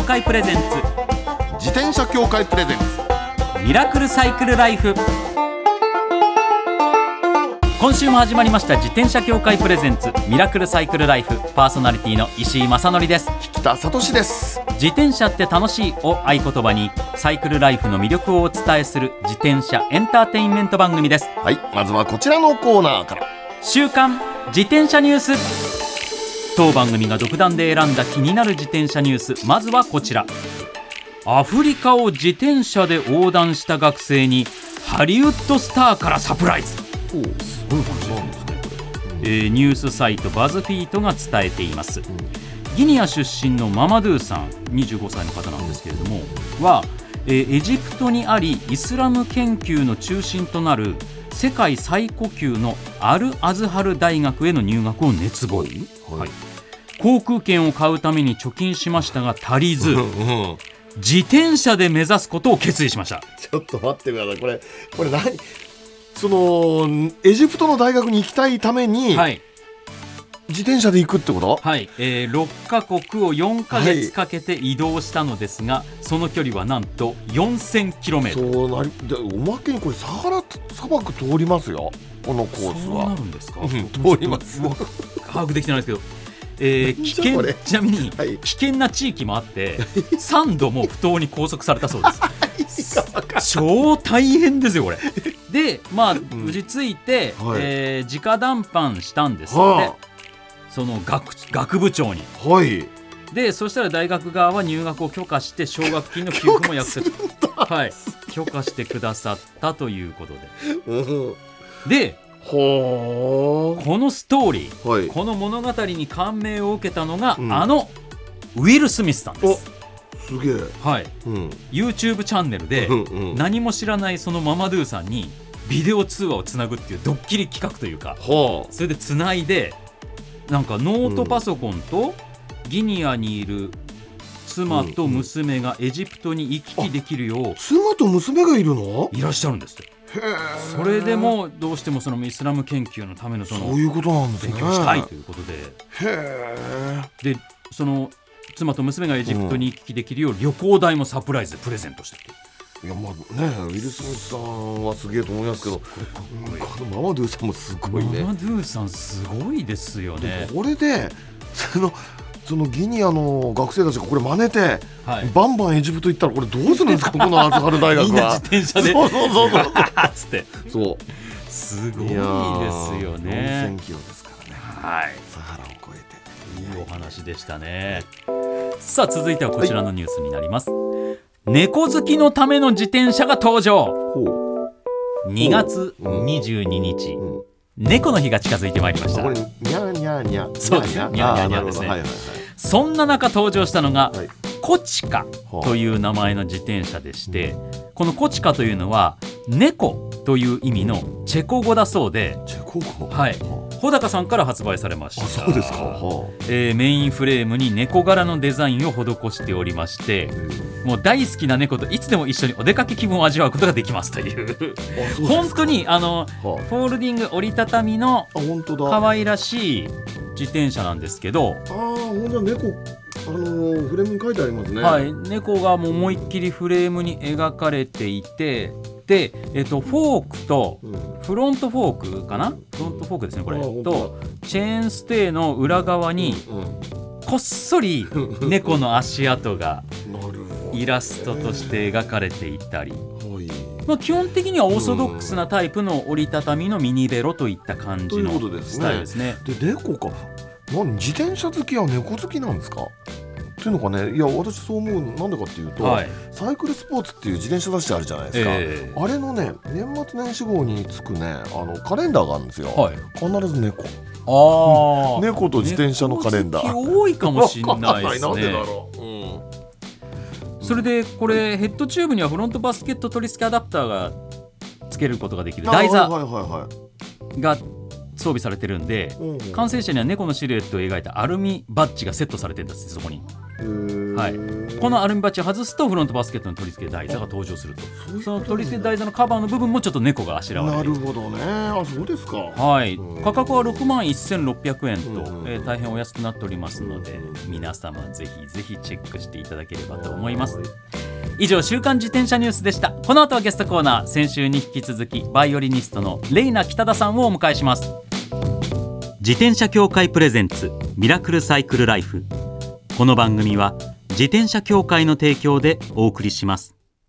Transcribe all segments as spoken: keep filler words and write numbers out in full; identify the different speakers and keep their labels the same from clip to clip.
Speaker 1: 会プレゼンツ
Speaker 2: 自転車協会プレゼンツ
Speaker 1: ミラクルサイクルライフ。今週も始まりました自転車協会プレゼンツミラクルサイクルライフ。パーソナリティの石井正則です。
Speaker 2: 北里志です。
Speaker 1: 自転車って楽しいを合言葉にサイクルライフの魅力をお伝えする自転車エンターテインメント番組です。
Speaker 2: はい、まずはこちらのコーナーから。
Speaker 1: 週刊自転車ニュース。当番組が独断で選んだ気になる自転車ニュース、まずはこちら。アフリカを自転車で横断した学生にハリウッドスターからサプライズ。
Speaker 2: おー、すごい話なんですね、これ。
Speaker 1: えー、ニュースサイトバズフィートが伝えています、うん、ギニア出身のママドゥさんにじゅうごさいの方なんですけれども、うん、は、えー、エジプトにありイスラム研究の中心となる世界最古級のアルアズハル大学への入学を熱望、はいはい、航空券を買うために貯金しましたが足りず、うん、自転車で目指すことを決意しました。
Speaker 2: ちょっと待ってください。これこれ何、そのエジプトの大学に行きたいために、はい、自転車で行くってこと？
Speaker 1: はい、えー、ろっかこくをよんかげつかけて移動したのですが、はい、その距離はなんとよんせんキロメートル。
Speaker 2: そうなりで、おまけにこれサハラ砂漠通りますよ、このコースは。
Speaker 1: そうなるんですか？
Speaker 2: うん、通ります。
Speaker 1: 把握できてないですけど、えー、危険ちなみに、はい、危険な地域もあってさんども不当に拘束されたそうです超大変ですよこれで、まあ、うん、無事ついて、はい、えー、直談判したんですって、はあ、その 学, 学部長に、はい、でそしたら大学側は入学を許可して奨学金の給付も約束はい、許可してくださったということで、うん、でこのストーリー、はい、この物語に感銘を受けたのが、うん、あのウィル・スミスさんです。
Speaker 2: すげえ、
Speaker 1: はい、うん、YouTube チャンネルで、うんうん、何も知らないそのママドゥさんにビデオ通話をつなぐっていうドッキリ企画というか、はあ、それでつないでなんかノートパソコンとギニアにいる妻と娘がエジプトに行き来できるよう、うんうん、
Speaker 2: 妻と娘がいるの？
Speaker 1: いらっしゃるんですって。それでもどうしてもそのイスラム研究のためのその
Speaker 2: そういうことなんですね、
Speaker 1: 勉強したいということで、
Speaker 2: へ
Speaker 1: でその妻と娘がエジプトに行き来できるよう旅行代もサプライズでプレゼントしてる。
Speaker 2: いや、まあね、ウィル・スミスさんはすげえと思いますけど、このママドゥさんもすごいね。
Speaker 1: ママドゥさんすごいですよね。
Speaker 2: これでそのそのギニアの学生たちがこれ真似て、はい、バンバンエジプト行ったらこれどうするんですかこのアズハル大学は。
Speaker 1: みんな自転車で
Speaker 2: そうそうそうそう
Speaker 1: つって
Speaker 2: そう
Speaker 1: すごいですよね。
Speaker 2: よんせんキロですからね、
Speaker 1: はい、
Speaker 2: サハラを越えて
Speaker 1: いいお話でしたね。さあ続いてはこちらのニュースになります、はい、猫好きのための自転車が登場。にがつにじゅうににち、うんうん、猫の日が近づいてまいりました。
Speaker 2: これニャーニャーニャー、
Speaker 1: そうですね、ニャーニャーニャーですね、はいはいはい、そんな中登場したのが、はい、コチカという名前の自転車でして、このコチカというのは猫という意味のチェコ語だそうで、
Speaker 2: チェコ語、
Speaker 1: はい、穂高さんから発売されました。
Speaker 2: あ、そうですか、は
Speaker 1: あ、えー、メインフレームに猫柄のデザインを施しておりまして、もう大好きな猫といつでも一緒にお出かけ気分を味わうことができますという本当にあの、はあ、フォールディング折りたたみの可愛らしい自転車なんですけど、
Speaker 2: あ、本当だ、猫、あのー、フレームに書いてありますね。
Speaker 1: はい、猫がもう思いっきりフレームに描かれていて、で、えっと、フォークとフロントフォークかな、フロントフォークですねこれ、とチェーンステーの裏側にこっそり猫の足跡がイラストとして描かれていたり、まあ、基本的にはオーソドックスなタイプの折りたたみのミニベロといった感じのスタイルですね。
Speaker 2: で、猫か、何、自転車好きは猫好きなんですかっていうのかね。いや、私そう思う。なんでかっていうと、はい、サイクルスポーツっていう自転車雑誌あるじゃないですか、えー、あれのね、年末年始号につくね、あのカレンダーがあるんですよ、はい、必ず猫、あ、うん、猫と自転車のカレンダー。
Speaker 1: 猫好き多いかもしれないですね。
Speaker 2: なんでだろう、うん、
Speaker 1: それでこれヘッドチューブにはフロントバスケット取り付けアダプターがつけることができる台座が装備されてるんで、うんうん、完成車には猫のシルエットを描いたアルミバッジがセットされてるんです、そこに。へー、 はい、このアルミ鉢を外すとフロントバスケットの取り付け台座が登場すると。そ, その取り付け台座のカバーの部分もちょっと猫があしらわれている。
Speaker 2: なるほどね。あ、そうですか。
Speaker 1: はい、価格はろくまんせんろっぴゃくえんと、えー、大変お安くなっておりますので、皆様ぜひぜひチェックしていただければと思います。以上、週刊自転車ニュースでした。この後はゲストコーナー、先週に引き続きバイオリニストのレイナ北田さんをお迎えします。自転車協会プレゼンツミラクルサイクルライフ。この番組は自転車協会の提供でお送りします。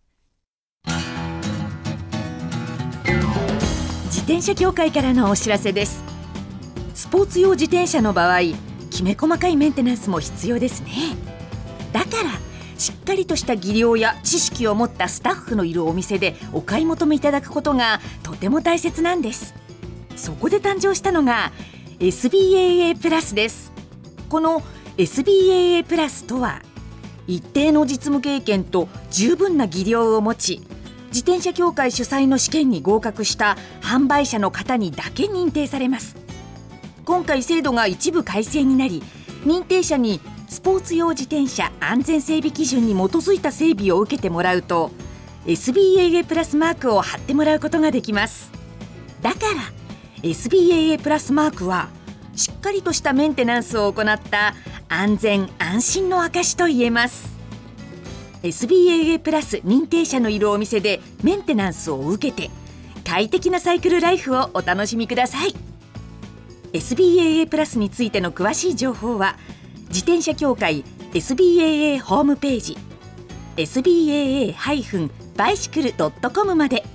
Speaker 3: 自転車協会からのお知らせです。スポーツ用自転車の場合、きめ細かいメンテナンスも必要ですね。だからしっかりとした技量や知識を持ったスタッフのいるお店でお買い求めいただくことがとても大切なんです。そこで誕生したのが エスビーエーエー プラスです。この エスビーエーエー プラスとは、一定の実務経験と十分な技量を持ち、自転車協会主催の試験に合格した販売者の方にだけ認定されます。今回制度が一部改正になり、認定者にスポーツ用自転車安全整備基準に基づいた整備を受けてもらうと エスビーエーエー プラスマークを貼ってもらうことができます。だから エスビーエーエー プラスマークはしっかりとしたメンテナンスを行った安全安心の証と言えます。 エスビーエーエー プラス認定者のいるお店でメンテナンスを受けて快適なサイクルライフをお楽しみください。 エスビーエーエー プラスについての詳しい情報は自転車協会 エスビーエーエー ホームページ エスビーエーエー バイシクル ドットコム まで。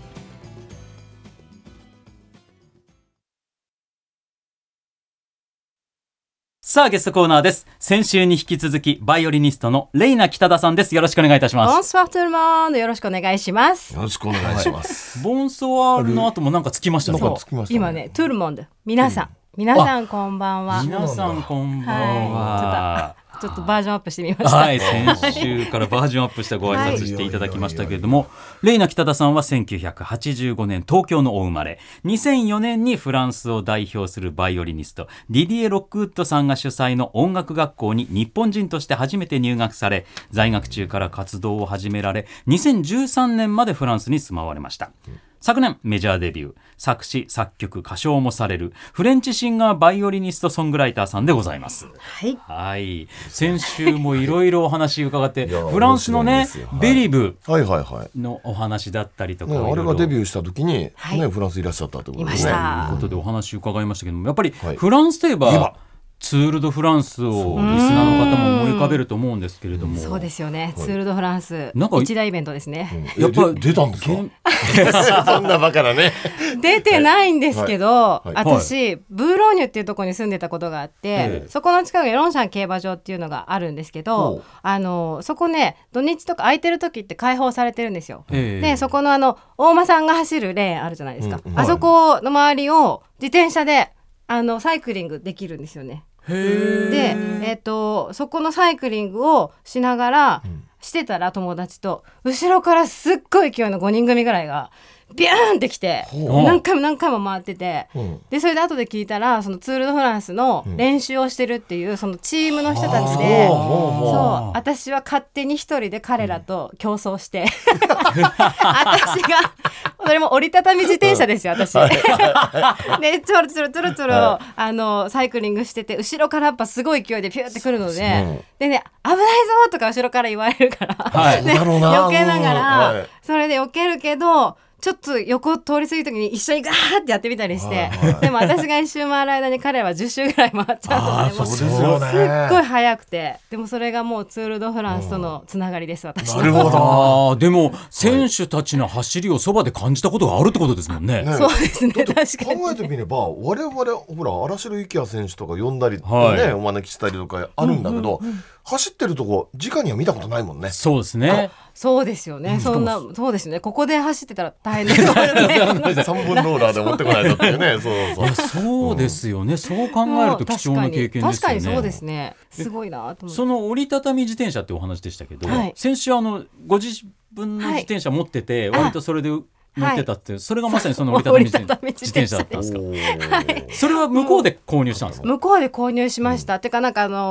Speaker 1: さあ、ゲストコーナーです。先週に引き続きバイオリニストのレイナ北田さんです。よろしくお願いいたします。
Speaker 4: ボンソワートゥルモンド、よろしくお願いします。
Speaker 2: よろしくお願いします。
Speaker 1: ボンソワールの後もなんかつきましたね。
Speaker 2: なんかつきましたね。
Speaker 4: 今ね、トゥルモンド、皆さん、皆さんこんばんは。
Speaker 1: 皆さんこんばんは。
Speaker 4: はい、ちょっとバージョンアップしてみました。
Speaker 1: はい、先週からバージョンアップしたご挨拶していただきましたけれども、レイナ北田さんはせんきゅうひゃくはちじゅうごねん東京のお生まれ、にせんよねんにフランスを代表するバイオリニストディディエ・ロックウッドさんが主催の音楽学校に日本人として初めて入学され、在学中から活動を始められ、にせんじゅうさんねんまでフランスに住まわれました。昨年メジャーデビュー、作詞作曲歌唱もされるフレンチシンガーバイオリニストソングライターさんでございます。
Speaker 4: はい、
Speaker 1: はい、先週もいろいろお話伺ってフランスのね、ベリブのお話だったりとか、
Speaker 2: はいはいはい、あれがデビューした時に、ね、はい、フランスいらっしゃったということで、ね、
Speaker 4: いました。
Speaker 1: ということでお話伺いましたけども、やっぱりフランスといえば、はい、ツール・ド・フランスをリスナーの方も思い浮かべると思うんですけれども、
Speaker 4: そうですよね、ツール・ド・フランス一大イベントですね、
Speaker 2: うん、やっぱり出たんですかそんなバカなね
Speaker 4: 出てないんですけど、はいはい、私、はい、ブーローニュっていうところに住んでたことがあって、はい、そこの近くにロンシャン競馬場っていうのがあるんですけど、あのそこね、土日とか空いてる時って開放されてるんですよ。でそこのあの大間さんが走るレーンあるじゃないですか、うん、あそこの周りを自転車であのサイクリングできるんですよね。
Speaker 1: へー。
Speaker 4: で、えーと、そこのサイクリングをしながら、うん、してたら友達と後ろからすっごい勢いのごにん組ぐらいがビューンってきて、何回も何回も回ってて、うん、でそれで後で聞いたら、そのツール・ド・フランスの練習をしてるっていう、そのチームの人たちで、うん、そう、私は勝手に一人で彼らと競争して、うん、私がそれも折りたたみ自転車ですよ、私でちょろちょろちょろちょろ、はい、あのサイクリングしてて、後ろからやっぱすごい勢いでピューってくるので、うん、でね、危ないぞとか後ろから言われるから、はい、で避けながら、はい、それで避けるけどちょっと横通り過ぎる時に一緒にガーってやってみたりして、はい、でも私が一周回る間に彼はじゅっ周ぐらい回っちゃうので、もうすっごい速くて、でもそれがもうツール・ド・フランスとのつながりです、私。
Speaker 1: なるほど。でも選手たちの走りをそばで感じたことがあるってことですもんね。
Speaker 4: ね、そうですね、確かに。
Speaker 2: 考えてみれば我々ほら荒城幸也選手とか呼んだり、ね、はい、お招きしたりとかあるんだけど、うんうんうん、走ってるとこ直には見たことないもんね。
Speaker 1: そうですね。
Speaker 4: そうですよね、うん、そんなそうですね、ここで走ってたら大変ですよ
Speaker 2: ねさんぼんローラーで持ってこないとっていうねそうそう
Speaker 1: そうそうですよね、うん、そう考えると貴重な経験ですよね。
Speaker 4: 確かにそうですね、すごいなと思って。
Speaker 1: その折りたたみ自転車ってお話でしたけど、はい、先週あのご自分の自転車持ってて、はい、割とそれで乗ってたって、はい、それがまさにその折りたたみ自転車だったんですか。はい、それは向こうで購入したんですか。
Speaker 4: 向こうで購入しました、うん、っていうかなんかあの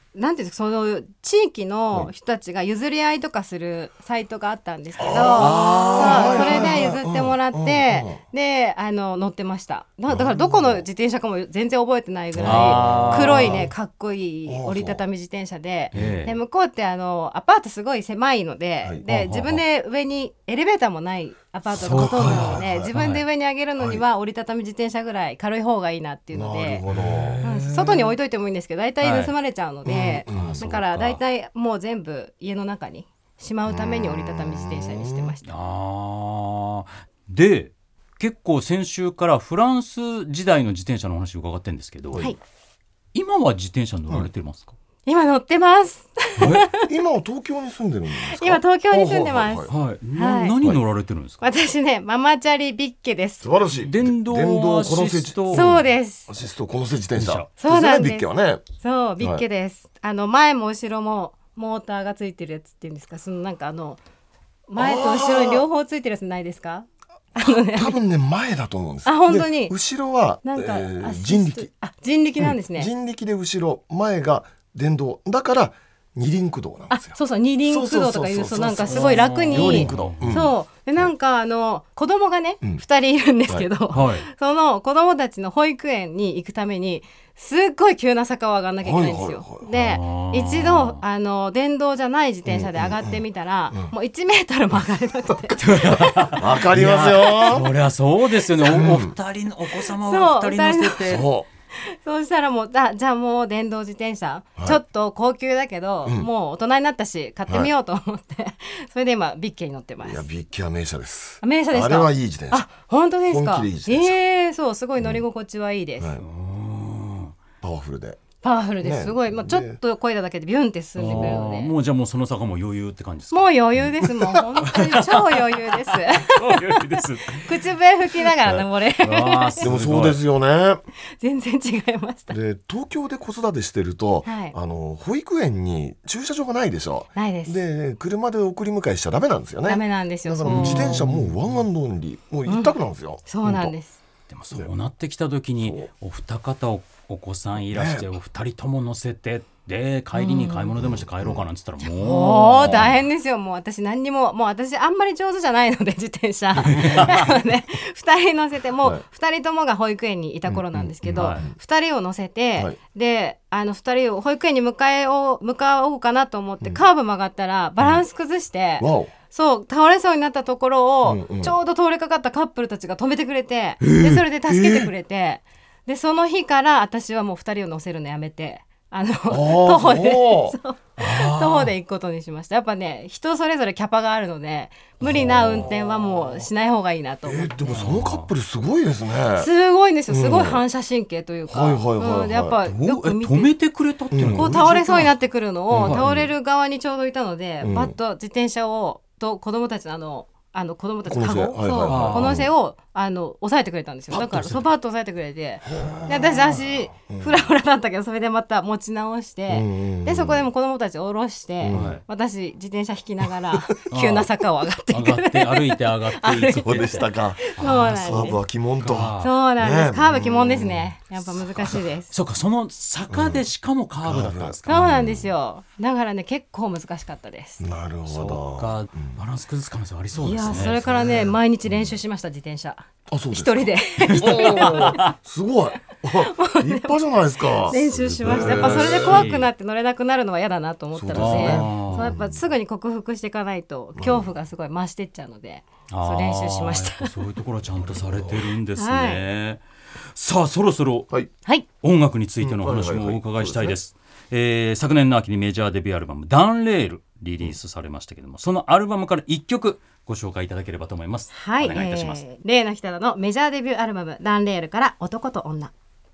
Speaker 4: なんていうんですか、その地域の人たちが譲り合いとかするサイトがあったんですけど、
Speaker 2: あ
Speaker 4: そうそれで譲ってもらってであの乗ってました。だからどこの自転車かも全然覚えてないぐらい黒いねかっこいい折りたたみ自転車で、で向こうってあのアパートすごい狭いので、はい、で自分で上にエレベーターもないアパートがほとんどなので、自分で上に上げるのには折りたたみ自転車ぐらい軽い方がいいなっていうので、うん、外に置いといてもいいんですけど大体盗まれちゃうので、はいうんうん、だから大体もう全部家の中にしまうために折りたたみ自転車にしてました。
Speaker 1: あで結構先週からフランス時代の自転車の話を伺ってるんですけど、はい、今は自転車乗られてますか？
Speaker 4: うん、今乗ってます
Speaker 2: 今は東京に住んでるんですか？
Speaker 4: 今東京に住んでます。
Speaker 1: はいはいはい、何乗られてるんですか？
Speaker 4: 私ねママチャリビッケです。
Speaker 2: 素晴らしい。
Speaker 1: 電動アシスト。
Speaker 4: そうです。
Speaker 2: アシストこのせ自転車。
Speaker 4: そうなんです。
Speaker 2: ビッケはね。
Speaker 4: そうビッケです、はい、あの前も後ろもモーターがついてるやつっていうんですか、そのなんかあの前と後ろに両方ついてるやつないですか？あのね、
Speaker 2: 多分ね前だと思うんです。
Speaker 4: あ本当に。
Speaker 2: 後ろはなんか、えー、人力。
Speaker 4: あ人力なんですね、
Speaker 2: うん、人力で後ろ前が電動だから二輪駆動なんですよ。
Speaker 4: あそうそう二輪駆動とかいうとなんかすごい楽に
Speaker 2: 両輪駆動、
Speaker 4: うん、そうでなんかあの子供がね、うん、ふたりいるんですけど、はい、その子供たちの保育園に行くためにすっごい急な坂を上がんなきゃいけないんですよ、はいはいはい、で一度あの電動じゃない自転車で上がってみたら、うんうんうん、もういちメートルも上がれなくて
Speaker 2: わかりますよ。
Speaker 1: そりゃそうですよね。 お, お二人のお子様をふたり乗せて
Speaker 4: そうそうしたらもうあじゃあもう電動自転車、はい、ちょっと高級だけど、うん、もう大人になったし買ってみようと思って、はい、それで今ビッケに乗ってます。
Speaker 2: いやビッケは名車です。
Speaker 4: 名車ですか？
Speaker 2: あれはいい自転車。
Speaker 4: あ本当ですか？
Speaker 2: 本気でいい自転車。
Speaker 4: えー、そうすごい乗り心地はいいです、うんはい、
Speaker 2: パワフルで
Speaker 4: パワフルです、ね、すごい、まあ、ちょっと漕いだだけでビュンって進んでくれるので、
Speaker 1: もうじゃあもうその坂も余裕って感じですか？
Speaker 4: もう余裕です。もう本当に超余裕です
Speaker 1: 余裕です
Speaker 4: 口笛吹きながら登れ、
Speaker 2: はい、でもそうですよね。
Speaker 4: 全然違いました。
Speaker 2: で東京で子育てしてると、はい、あの保育園に駐車場がないでしょ。
Speaker 4: ないです。
Speaker 2: で車で送り迎えしちゃダメなんですよね。
Speaker 4: ダメなんですよ。
Speaker 2: だから自転車もうワンアンドオンリーもう一択なんですよ、
Speaker 4: うん、そうなんです。
Speaker 1: でもそうなってきた時にお二方おお子さんいらして、ね、お二人とも乗せてで帰りに買い物でもして帰ろうかなんて言ったらもう、
Speaker 4: もう大変ですよ。もう私何にももう私あんまり上手じゃないので自転車なのでふたり乗せてもうふたりともが保育園にいた頃なんですけど、はい、ふたりを乗せて、はい、であのふたりを保育園に迎えを向かおうかなと思って、うん、カーブ曲がったらバランス崩して、うんそう倒れそうになったところを、うんうん、ちょうど通りかかったカップルたちが止めてくれて、えー、でそれで助けてくれて、えー、でその日から私はもうふたりを乗せるのやめてあの徒歩でそう徒歩で行くことにしました。やっぱね人それぞれキャパがあるので無理な運転はもうしない方がいいなと思って、
Speaker 2: えー、でもそのカップルすごいですね。
Speaker 4: すごいんですよ。すごい反射神経というか、
Speaker 2: うんはいはいはいはい、
Speaker 4: やっぱよく見て
Speaker 1: 止めてくれたっていうの、
Speaker 4: うん、こう倒れそうになってくるのを、うん、倒れる側にちょうどいたので、うん、バッと自転車をと子供たちのあのあの子供たちのカゴこの背をあの押さえてくれたんですよ。だからソパッと押さえてくれてで私足フラフラだったけどそれでまた持ち直して、うん、でそこでも子供たちを下ろして、うん、私自転車引きながら急な坂を上がっていく
Speaker 1: 上がって歩いて上がっていく
Speaker 2: そうでしたか。
Speaker 4: そうなんです。
Speaker 2: カーブは鬼門と
Speaker 4: そうなんです、ね、カーブ鬼門ですね。やっぱ難しいです。
Speaker 1: そうかその坂でしかもカーブだったんですか、
Speaker 4: うん、そうなんですよ。だからね結構難しかったです。
Speaker 2: なるほど。
Speaker 1: そうかバランス崩す可能性ありそうですね。
Speaker 4: いやそれからね毎日練習しました自転車。
Speaker 2: あそうです
Speaker 4: 一人で
Speaker 2: すごい立派じゃないですか。
Speaker 4: 練習しました。やっぱそれで怖くなって乗れなくなるのは嫌だなと思ったので、そうやっぱすぐに克服していかないと恐怖がすごい増していっちゃうので、そう練習しました。
Speaker 1: そういうところはちゃんとされてるんですね、はい、さあそろそろ、
Speaker 4: はい、
Speaker 1: 音楽についての話もお伺いしたいです。えー、昨年の秋にメジャーデビューアルバムダンレールリリースされましたけども、そのアルバムからいっきょくご紹介いただければと思います。
Speaker 4: はい、
Speaker 1: お願いいたします。
Speaker 4: えー、レイナ北田のメジャーデビューアルバムダンレールから男と女。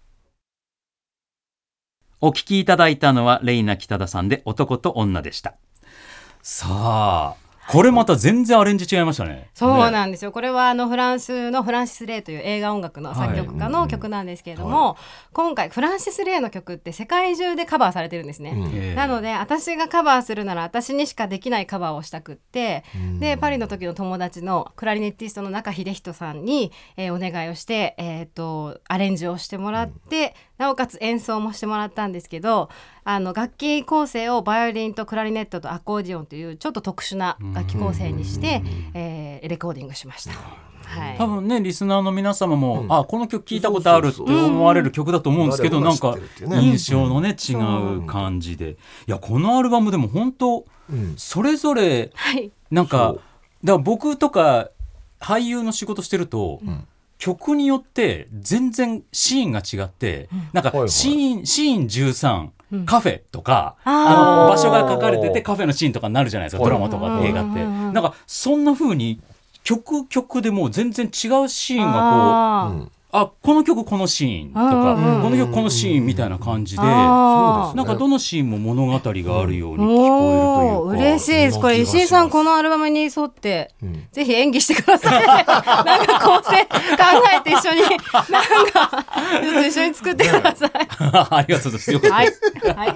Speaker 1: お聴きいただいたのはレイナ北田さんで男と女でした。さあこれまた全然アレンジ違いましたね。
Speaker 4: そうなんですよ。これはあのフランスのフランシス・レイという映画音楽の作曲家の曲なんですけれども、はいうんうん、今回フランシス・レイの曲って世界中でカバーされてるんですね、うん、なので私がカバーするなら私にしかできないカバーをしたくって、うん、でパリの時の友達のクラリネッティストの中秀人さんに、えー、お願いをして、えー、とアレンジをしてもらって、 なおかつ演奏もしてもらったんですけど、あの楽器構成をバイオリンとクラリネットとアコーディオンというちょっと特殊な楽器構成にして、えー、レコーディングしました。はい、
Speaker 1: 多分ねリスナーの皆様も、うん、あこの曲聞いたことあるって思われる曲だと思うんですけど、うん、なんか印象のね、うん、違う感じで、いやこのアルバムでも本当、うん、それぞれなんか、はい、だから僕とか俳優の仕事してると、うん、曲によって全然シーンが違って、うん、なんかシーン、はいはい、シーンじゅうさんカフェとか、うん、あの場所が書かれててカフェのシーンとかになるじゃないですか、ドラマとか映画って。なんかそんな風に曲曲でもう全然違うシーンがこう、うん、あこの曲このシーンとか、うん、この曲このシーンみたいな感じで、なんかどのシーンも物語があるように聞こえるというか、
Speaker 4: 嬉しいです。これ石井さんこのアルバムに沿って、うん、ぜひ演技してください。なんか構成考えて一緒になんかちょっと一緒に作ってください。
Speaker 1: ありがとうございます。はい、はい、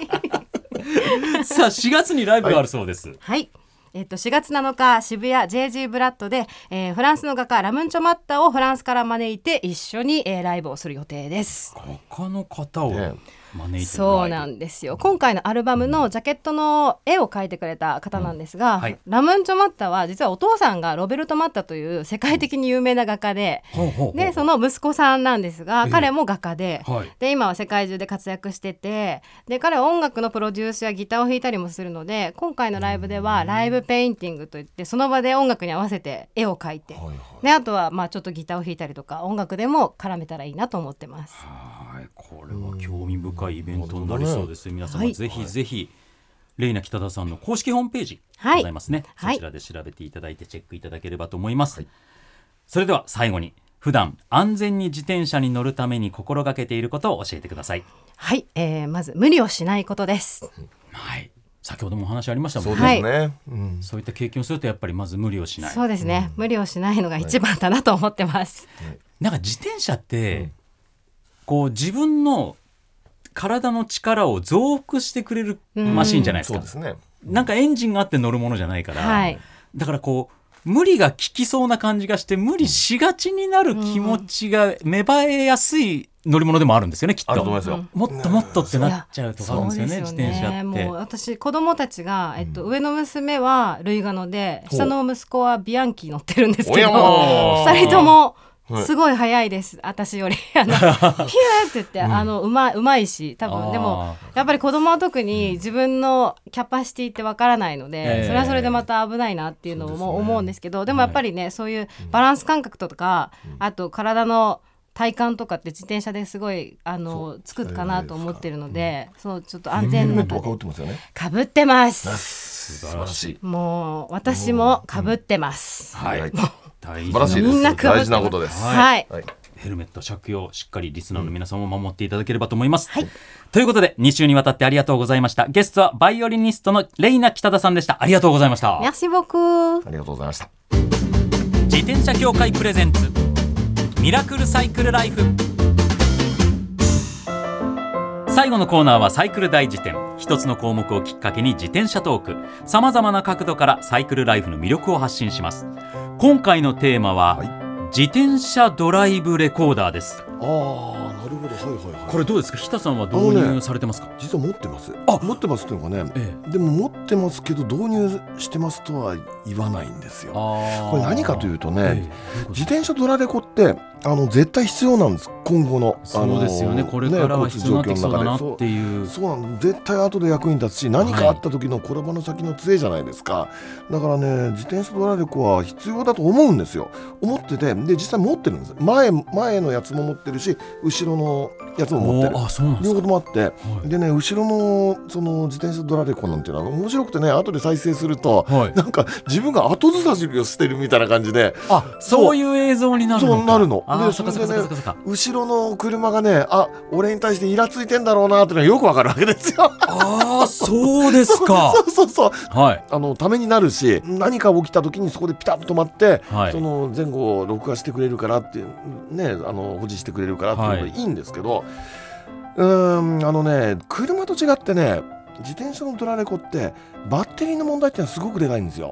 Speaker 1: さあしがつにライブがあるそうです。
Speaker 4: はい、はいえっと、しがつなのか渋谷 ジェージー ブラッドで、えー、フランスの画家ラムンチョマッタをフランスから招いて一緒に、えー、ライブをする予定です。
Speaker 1: 他の方を招いてる、
Speaker 4: そうなんですよ。今回のアルバムのジャケットの絵を描いてくれた方なんですが、うんはい、ラムンチョマッタは実はお父さんがロベルト・マッタという世界的に有名な画家で、うん、でその息子さんなんですが、彼も画家で、はい、で今は世界中で活躍してて、で彼は音楽のプロデュースやギターを弾いたりもするので、今回のライブではライブペインティングといってその場で音楽に合わせて絵を描いて、はいはい、であとはまあちょっとギターを弾いたりとか音楽でも絡めたらいいなと思ってます。
Speaker 1: はい、これは興味深いイベントになりそうです。皆様、はい、ぜひぜひレイナ北田さんの公式ホームページございますね、はい、そちらで調べていただいてチェックいただければと思います、はい、それでは最後に普段安全に自転車に乗るために心がけていることを教えてください。
Speaker 4: はい、えー、まず無理をしないことです。
Speaker 1: はい、先ほどもお話ありましたもんね。
Speaker 2: そうですね、うん、
Speaker 1: そういった経験をするとやっぱりまず無理をしない。
Speaker 4: そうですね、うん、無理をしないのが一番だなと思ってます、
Speaker 1: はい、なんか自転車って、うん、こう自分の体の力を増幅してくれるマシンじゃないですか、うん、そうですね、なんかエンジンがあって乗るものじゃないから、はい、だからこう無理が効きそうな感じがして無理しがちになる気持ちが芽生えやすい乗り物でもあるんですよね、きっと。あると思いますよ。もっともっとってなっちゃうとかあるんですよね、自転車って。
Speaker 4: もう私子供たちが、えっと、上の娘はルイガノで、下の息子はビアンキ乗ってるんですけど、ふたりともすごい速いです、私よりあのピューって言って、うん、あのうまうまいし、多分でもやっぱり子供は特に自分のキャパシティってわからないので、うん、それはそれでまた危ないなっていうのも思うんですけど、で, ね、でもやっぱりね、はい、そういうバランス感覚とか、うん、あと体の体感とかって自転車ですごいあのつくかなと思ってるので、うん、そうちょっと安全な中でかぶってます。
Speaker 1: 素晴らしい。
Speaker 4: もう私もかぶってます、
Speaker 1: うん、はい
Speaker 2: 大事なことです。みんな大事なことです、
Speaker 1: はいはい、ヘルメット着用しっかりリスナーの皆さんも守っていただければと思います、はい、ということでに週にわたってありがとうございました。ゲストはバイオリニストのレイナ北田さんでした。ありがとうございました。
Speaker 4: メルシーボク。
Speaker 2: ありがとうございました。
Speaker 1: 自転車協会プレゼンツミラクルサイクルライフ。最後のコーナーはサイクル大辞典。一つの項目をきっかけに自転車トーク、さまざまな角度からサイクルライフの魅力を発信します。今回のテーマは、はい、自転車ドライブレコーダーです。
Speaker 2: ああ、なるほど、はいはいはい。
Speaker 1: これどうですか、日田さんは導入されてますか？
Speaker 2: ね、実は持ってます。あ、持ってますっていうのがね、ええ、でも持ってますけど導入してますとは言わないんですよ。これ何かというとね、ええ、自転車ドラレコってあの絶対必要なんです。今後の
Speaker 1: そうですよね、これからは必要になってきそうだなっていう。
Speaker 2: そうなんです。絶対後で役に立つし、何かあった時の転ばの先の杖じゃないですか、はい、だからね、自転車ドラレコは必要だと思うんですよ。思ってて、で実際持ってるんです。前前のやつも持ってるし、後ろのやつも持ってる。
Speaker 1: あ、そうなんですか。
Speaker 2: 両方ともあって、はい、でね、後ろのその自転車ドラレコなんていうのは面白くてね、後で再生すると、はい、なんか自分が後ずさしをしてるみたいな感じで、
Speaker 1: あ、そういう映像になるのか。そうなるの。
Speaker 2: で、それでね、後ろの車がね、あ、俺に対してイラついてんだろうなっていうのがよくわかるわけですよ。
Speaker 1: ああ、そうですか。
Speaker 2: そうそうそう、はい、あのためになるし、何か起きた時にそこでピタッと止まって、はい、その前後を録画してくれるからっていうね、あの保持してくれるからっていうのでいいんですけど、はい、うーん、あのね、車と違ってね、自転車のドラレコってバッテリーの問題ってのはすごくでかいんですよ。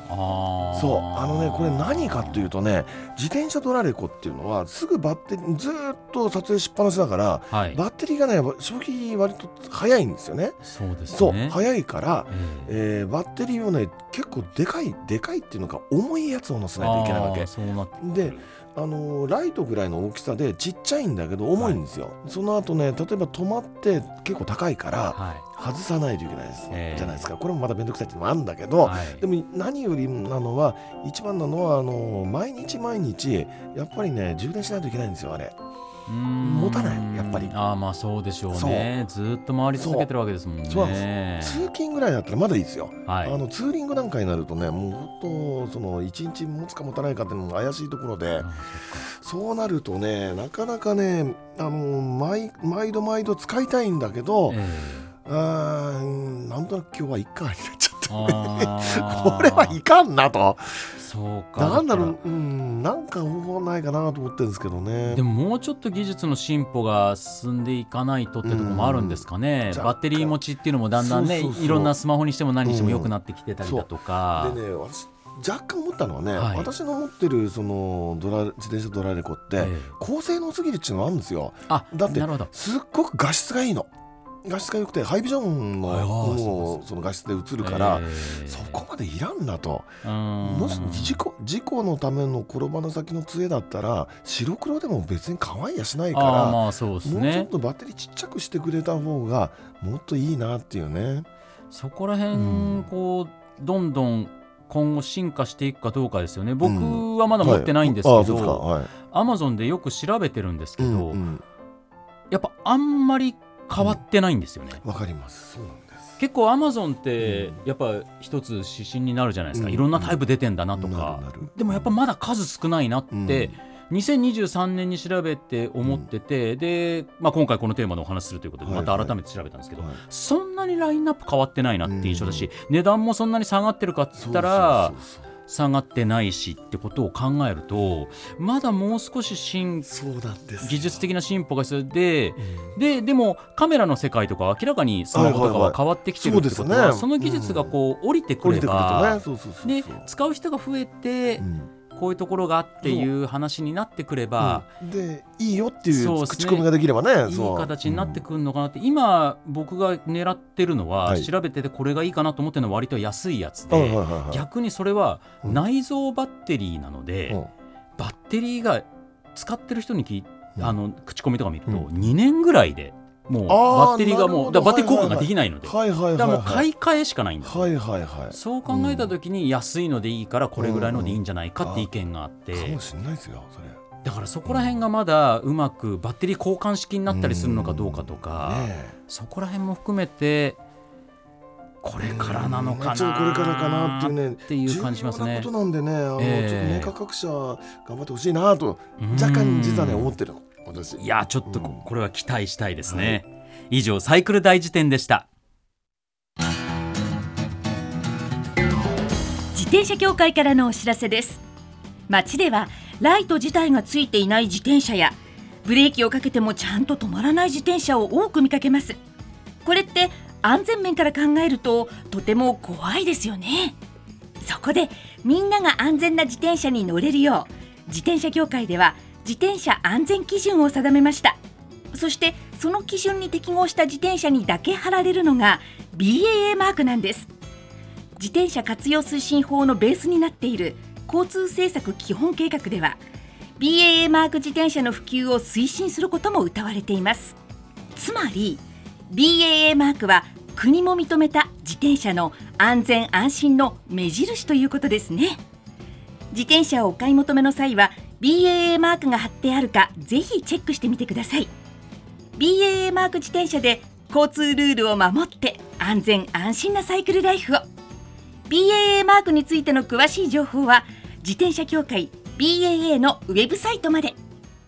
Speaker 1: あ
Speaker 2: そうあのねこれ何かっていうとね、自転車ドラレコっていうのはすぐバッテリーずーっと撮影しっぱなしだから、はい、バッテリーがね消費割と早いんですよね。
Speaker 1: そうですね。
Speaker 2: そう早いから、えーえー、バッテリーをね結構でかいでかいっていうのか重いやつを乗せないといけないわけ。
Speaker 1: あそうなって
Speaker 2: であのー、ライトぐらいの大きさでちっちゃいんだけど重いんですよ、はい、その後ね例えば止まって結構高いから、はい、外さないといけないです、えー、じゃないですか。これもまためんどくさいっていうのもあるんだけど、はい、でも何よりなのは一番なのはあのー、毎日毎日やっぱりね充電しないといけないんですよ。あれ
Speaker 1: うーん
Speaker 2: 持たないやっぱり。
Speaker 1: あまあそうでしょうね。ずっと回り続けてるわけですもんね。
Speaker 2: そうなんです。通勤ぐらいだったらまだいいですよ、はい、あのツーリングなんかになるとねもう本当そのいちにち持つか持たないかっていうのも怪しいところで、そうなるとねなかなかねあの 毎, 毎度毎度使いたいんだけど、えー、あなんとなく今日はいっかになっちゃったこれはいかんなと。
Speaker 1: そうか
Speaker 2: なんだろう、うん、なんか方法ないかなと思ってるんですけどね。
Speaker 1: でももうちょっと技術の進歩が進んでいかないとってところもあるんですかね、うん、バッテリー持ちっていうのもだんだんねそうそうそういろんなスマホにしても何にしても良くなってきてたりだとか、
Speaker 2: うん、でね私若干思ったのはね、はい、私の持ってるそのドラ自転車ドラレコって、ええ、高性能すぎるっていうのがあるんですよ。あだってすっごく画質がいいの。画質が良くてハイビジョンのもうその画質で映るから、えー、そこまでいらんなと。もし事故、事故のための転ばぬ先の杖だったら白黒でも別に可愛いやしないから、
Speaker 1: まあそうですね、
Speaker 2: もうちょっとバッテリーちっちゃくしてくれた方がもっといいなっていうね。
Speaker 1: そこら辺、うん、こうどんどん今後進化していくかどうかですよね。僕はまだ持ってないんですけど、アマゾンでよく調べてるんですけど、うんうん、やっぱあんまり変わってないんですよね。
Speaker 2: わ、うん、かります。そうなんです。
Speaker 1: 結構アマゾンってやっぱ一つ指針になるじゃないですか、うん、いろんなタイプ出てんだなとか、うん、でもやっぱまだ数少ないなって、うん、にせんにじゅうさんねんに調べて思ってて、うん、で、まあ、今回このテーマでお話しするということでまた改めて調べたんですけど、はいはい、そんなにラインナップ変わってないなって印象だし、うん、値段もそんなに下がってるかって言ったらそうそうそうそう下がってないしってことを考えるとまだもう少し進技術的な進歩が必要 で,、うん、で, でもカメラの世界とか明らかにスマホとかは変わってきてるってことは、はいはいはい そ, ね、その技術がこう降りてくればで使う人が増えて、うんこういうところがっていう話になってくれば、
Speaker 2: うん、でいいよっていう口コミができれば ね, ね
Speaker 1: いい形になってくるのかなって、うん、今僕が狙ってるのは、はい、調べててこれがいいかなと思ってるのは割と安いやつで、はいはいはいはい、逆にそれは内蔵バッテリーなので、うん、バッテリーが使ってる人に聞い、うん、あの口コミとか見ると、うん、にねんぐらいでもうバッテリーがもうだバッテリー交換ができないので、はいはいはいはい、だからもう買い替えしかないんですよ、はいはいはい、そう考えた時に安いのでいいからこれぐらいのでいいんじゃないかって意見があって、うんうん、
Speaker 2: かもしれないですよそれ。
Speaker 1: だからそこら辺がまだうまくバッテリー交換式になったりするのかどうかとか、うんね、そこら辺も含めてこれからなのかな、うん、ちょっとこれからかなっていうねっていう感じしますね。
Speaker 2: 重要なことなんでね、あの、えー、ちょっとメーカー各社頑張ってほしいなと若干実はね思ってるの。
Speaker 1: いやちょっとこれは期待したいですね、はい、以上サイクル大辞典でした。
Speaker 3: 自転車協会からのお知らせです。街ではライト自体がついていない自転車やブレーキをかけてもちゃんと止まらない自転車を多く見かけます。これって安全面から考えるととても怖いですよね。そこでみんなが安全な自転車に乗れるよう自転車協会では自転車安全基準を定めました。そしてその基準に適合した自転車にだけ貼られるのが ビーエーエー マークなんです。自転車活用推進法のベースになっている交通政策基本計画では ビーエーエー マーク自転車の普及を推進することも謳われています。つまり ビーエーエー マークは国も認めた自転車の安全安心の目印ということですね。自転車をお買い求めの際は ビーエーエー マークが貼ってあるかぜひチェックしてみてください。 ビーエーエー マーク自転車で交通ルールを守って安全安心なサイクルライフを。 ビーエーエー マークについての詳しい情報は自転車協会 ビーエーエー のウェブサイトまで。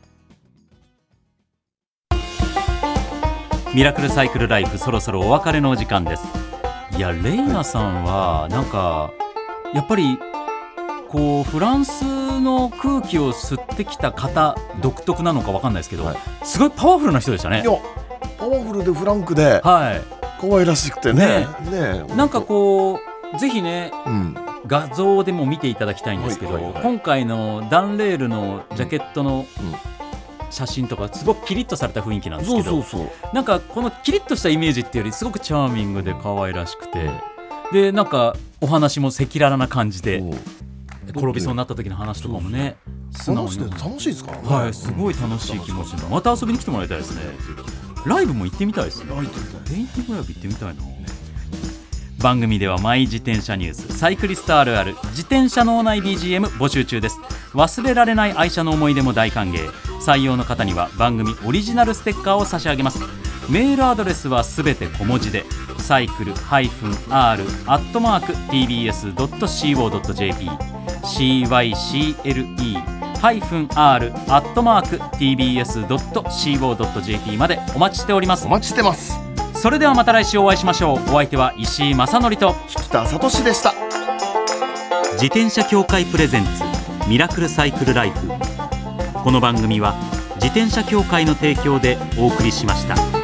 Speaker 1: ミラクルサイクルライフそろそろお別れのお時間です。いやレイナさんはなんかやっぱりこうフランスの空気を吸ってきた方独特なのか分かんないですけど、はい、すごいパワフルな人でしたね。
Speaker 2: いやパワフルでフランクで、はい、可愛らしくて ね, ね, ねなんかこうぜひね、うん、
Speaker 1: 画像でも見ていただきたいんですけど、はいはいはい、今回のダンレールのジャケットの写真とかすごくキリッとされた雰囲気なんですけど、そうそうそう、なんかこのキリッとしたイメージっていうよりすごくチャーミングで可愛らしくて、でなんかお話も赤裸々な感じで、転びそうになった時の話とかもね、
Speaker 2: 素直に楽しいですからね。
Speaker 1: はい、すごい楽しい気持ちで、また遊びに来てもらいたいですね。ライブも行ってみたいですね。ペインティングライブ行ってみたいな。番組ではマイ自転車ニュース、サイクリストあるある、自転車脳内 ビージーエム 募集中です。忘れられない愛車の思い出も大歓迎。採用の方には番組オリジナルステッカーを差し上げます。メールアドレスはすべて小文字でサイクル -アットマーク ティービーエス ドット シーオー ドット ジェーピー シーワイシーエルイー アットマーク ティービーエス ドット シーオー ドット ジェーピー までお待ちしております。
Speaker 2: お待ちしてます。
Speaker 1: それではまた来週お会いしましょう。お相手は石井正則と
Speaker 2: 引田聡でした。
Speaker 1: 自転車協会プレゼンツミラクルサイクルライフ。この番組は自転車協会の提供でお送りしました。